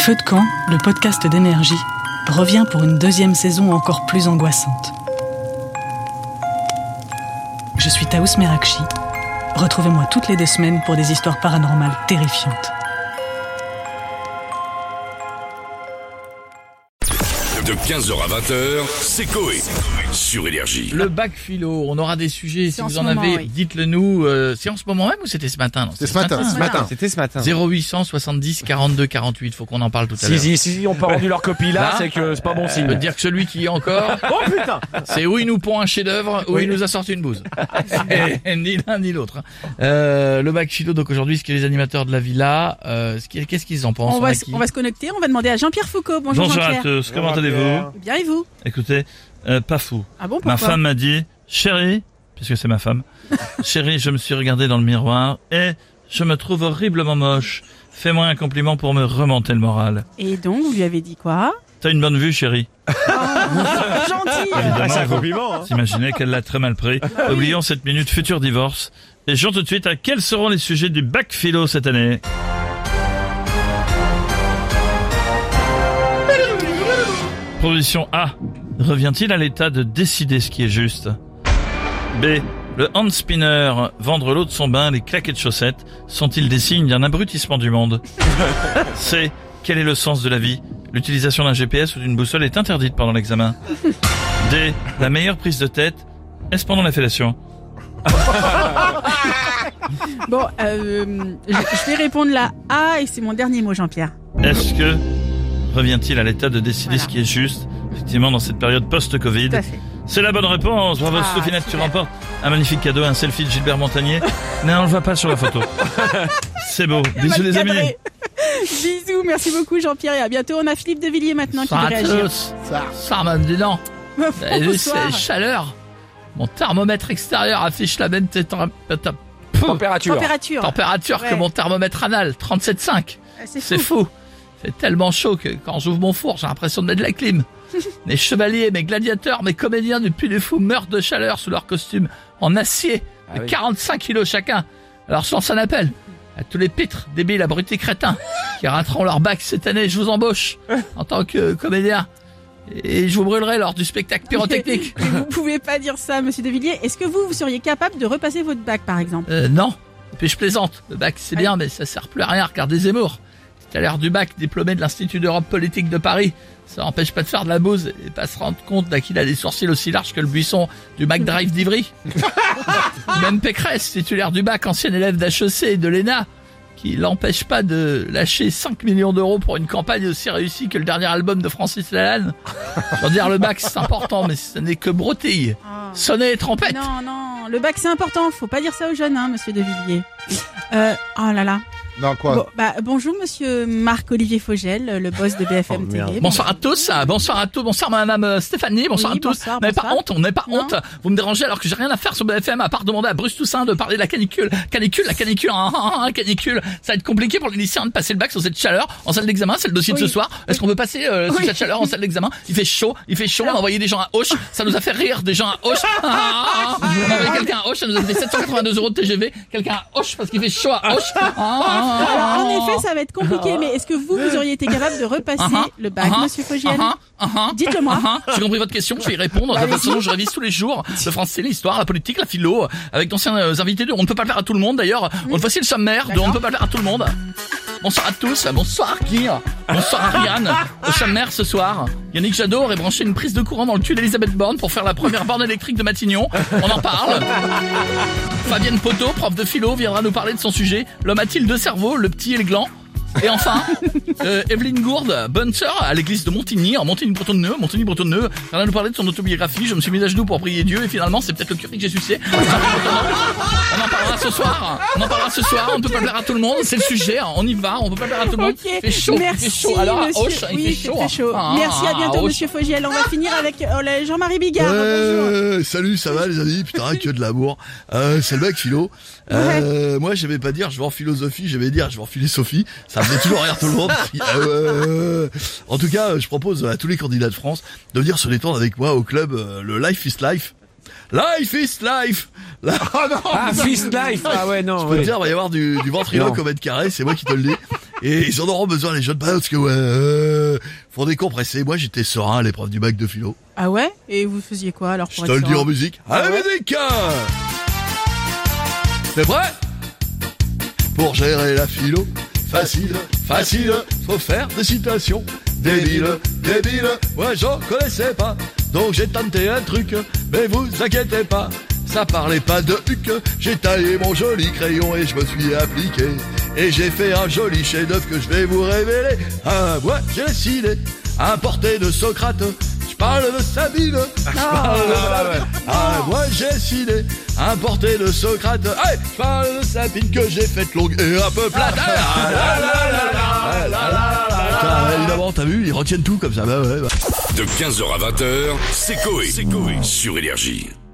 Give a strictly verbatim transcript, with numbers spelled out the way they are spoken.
Feu de camp, le podcast d'Énergie, revient pour une deuxième saison encore plus angoissante. Je suis Taous Merakchi. Retrouvez-moi toutes les deux semaines pour des histoires paranormales terrifiantes. De quinze heures à vingt heures, c'est Coé sur Énergie. Le bac philo, on aura des sujets, C'est si en vous ce en moment, avez, oui. dites-le nous. Euh, c'est en ce moment même ou c'était ce matin? Non, C'était ce matin, ce matin. C'était ce matin. zéro huit cent soixante-dix quarante-deux quarante-huit, faut qu'on en parle tout à Si, l'heure. si, si, on pas rendu leur copie là, Là, c'est que c'est pas bon Je signe. peux te dire que celui qui y est encore, Oh putain! c'est où il nous pond un chef-d'œuvre, où il nous a sorti une bouse. Et ni l'un ni l'autre. Euh, le bac philo, donc aujourd'hui, ce que les animateurs de la villa, euh, ce qui- qu'est-ce qu'ils en pensent? On On va, a s- qui on va se connecter, on va demander à Jean-Pierre Foucault. Bonjour, Bonjour à Jean-Pierre. tous, comment allez-vous? Bien et vous? Écoutez, euh, pas fou. Ah bon, pourquoi? Ma femme m'a dit, chérie, puisque c'est ma femme, chérie, je me suis regardé dans le miroir et je me trouve horriblement moche. Fais-moi un compliment pour me remonter le moral. Et donc, vous lui avez dit quoi? T'as une bonne vue, chérie. Gentil. Évidemment, c'est un vous compliment, hein. imaginez qu'elle l'a très mal pris. Oublions cette minute futur divorce. Et jouons tout de suite à quels seront les sujets du bac philo cette année. Proposition A. Revient-il à l'État de décider ce qui est juste? B. Le hand spinner, vendre l'eau de son bain, les claquettes de chaussettes, sont-ils des signes d'un abrutissement du monde? C. Quel est le sens de la vie? L'utilisation d'un G P S ou d'une boussole est interdite pendant l'examen. D. La meilleure prise de tête, est-ce pendant la fellation? Bon, euh, je, je vais répondre la A et c'est mon dernier mot, Jean-Pierre. Est-ce que revient-il à l'État de décider Voilà. ce qui est juste, effectivement, dans cette période post-Covid? Tout à fait. C'est la bonne réponse. Bravo, Ah, Sophie Nat, tu super. remportes un magnifique cadeau, un selfie de Gilbert Montagnier. Mais on le voit pas sur la photo. C'est beau. Bisous les amis. Cadré. Bisous, merci beaucoup, Jean-Pierre, et à bientôt. On a Philippe de Villiers maintenant qui veut Ça réagir. tous. Ça m'a dis donc. Vous avez vu, c'est Bonsoir. chaleur. Mon thermomètre extérieur affiche la même tétem- tétem- Température. Température. température que Ouais. mon thermomètre anal, trente-sept virgule cinq. Ah, C'est C'est fou. fou. C'est tellement chaud que quand j'ouvre mon four, j'ai l'impression de mettre de la clim. Mes chevaliers, mes gladiateurs, mes comédiens du Puy du Fou meurent de chaleur sous leur costume en acier Ah de oui. quarante-cinq kilos chacun. Alors je lance un appel à tous les pitres, débiles, abrutis, crétins qui rateront leur bac cette année. Je vous embauche en tant que comédien et je vous brûlerai lors du spectacle pyrotechnique. Mais vous pouvez pas dire ça, monsieur de Villiers. Est-ce que vous, vous seriez capable de repasser votre bac, par exemple? Euh, non. Et puis je plaisante. Le bac c'est bien, mais ça sert plus à rien. Regardez Zemmour. C'est à l'heure du bac, diplômé de l'Institut d'Europe politique de Paris. Ça n'empêche pas de faire de la bouse et pas se rendre compte là, qu'il a des sourcils aussi larges que le buisson du McDrive d'Ivry. Même Pécresse, titulaire du bac, ancien élève d'H E C et de l'E N A, qui l'empêche pas de lâcher cinq millions d'euros pour une campagne aussi réussie que le dernier album de Francis Lalanne. Je veux dire, le bac c'est important, mais ce n'est que broutilles. Ah. Sonnez les trompettes. Non, non, le bac c'est important, faut pas dire ça aux jeunes, hein, monsieur de Villiers. Euh, oh là là. Non, quoi? Bon, bah, bonjour monsieur Marc-Olivier Fogel, le boss de B F M Oh, T V. merde. Bonsoir à tous, euh, bonsoir à tous, bonsoir madame euh, Stéphanie, bonsoir Oui, à tous. bonsoir, Vous n'avez pas bonsoir. honte, on n'avez pas Non. honte. Vous me dérangez alors que j'ai rien à faire sur B F M à part demander à Bruce Toussaint de parler de la canicule. Canicule, la canicule, hein, hein, hein, canicule. Ça va être compliqué pour les lycéens de passer le bac sur cette chaleur en salle d'examen, c'est le dossier de Oui. ce soir. Est-ce qu'on peut passer euh, sous Oui. cette chaleur en salle d'examen? Il fait chaud, il fait chaud, on a envoyé des gens à Auch, ça nous a fait rire des gens à Auch. Ah, ah, ah. On a envoyé quelqu'un à Auch, ça nous a fait sept cent quatre-vingt-deux euros de T G V. Quelqu'un à Auch parce qu'il fait chaud à Auch. Ah, ah, ah, ah. Alors, en effet, ça va être compliqué, mais est-ce que vous, vous auriez été capable de repasser Uh-huh. le bac, Uh-huh. monsieur Fogel? Uh-huh. Uh-huh. Dites-le-moi. Uh-huh. J'ai compris votre question, je vais y répondre. De toute façon, je révise tous les jours le français, l'histoire, la politique, la philo, avec d'anciens euh, invités de On ne peut pas le faire à tout le monde d'ailleurs. On voici le sommaire de On ne peut pas le faire à tout le monde. Bonsoir à tous, bonsoir qui Bonsoir Ariane. Au sommaire ce soir, Yannick Jadot aurait branché une prise de courant dans le cul d'Elisabeth Borne pour faire la première borne électrique de Matignon. On en parle. Fabienne Poteau, prof de philo, viendra nous parler de son sujet. L'homme a-t-il deux cerveaux, le petit et le gland? Et enfin, euh, Evelyne Gourde, bonne sœur à l'église de Montigny, en Montigny-Bretonne-Neuve, Montigny-Bretonne-Neuve, elle va nous parler de son autobiographie. Je me suis mis à genoux pour prier Dieu et finalement c'est peut-être le curé que j'ai sucé. On en parlera ce soir. On en parlera ce soir. On ne peut pas plaire à tout le monde. C'est le sujet. On y va. On peut pas plaire à tout le monde. Ok. Il fait chaud. Merci, il fait chaud. Alors à monsieur. Auch, il oui, fait chaud. très chaud. Ah, Merci, à bientôt, à Auch. monsieur Fogel. On va finir avec euh, le Jean-Marie Bigard. Bonjour. Euh, salut, ça va les amis? Putain, que de l'amour. Euh, c'est le bac philo. Euh, moi, j'aimais pas dire je vais en philosophie, j'aimais dire je vais en philosophie. Ça me fait toujours rire tout le monde. Euh, en tout cas, je propose à tous les candidats de France de venir se détendre avec moi au club euh, le Life is Life. Life is life. La- Ah, Fist Life. Ah ouais, Je non, peux te ouais. dire, il va y avoir du, du ventriloque Non. au mètre carré, c'est moi qui te le dis. Et ils en auront besoin, les jeunes, parce que ouais, euh, font des compressés. Moi, j'étais serein à l'épreuve du bac de philo. Ah ouais? Et vous faisiez quoi alors Je pour te être le dis serein? en musique. Ah Allez, ouais musique! T'es prêt? Pour gérer la philo, facile, facile, faut faire des citations. Débile, débile, ouais, j'en connaissais pas. Donc j'ai tenté un truc, mais vous inquiétez pas. Ça parlait pas de huc, j'ai taillé mon joli crayon et je me suis appliqué. Et j'ai fait un joli chef-d'œuvre que je vais vous révéler. Ah, moi j'ai décidé, à portée de Socrate, je parle de Sabine. Je parle de... Ah, moi j'ai décidé, à portée de Socrate, hey, je parle de Sabine que j'ai faite longue et un peu plate. Ah, là, là, là, là, là, là, là. Putain, évidemment, t'as vu, ils retiennent tout comme ça. Bah ouais, bah. De quinze heures à vingt heures, c'est Coé. Sur Énergie.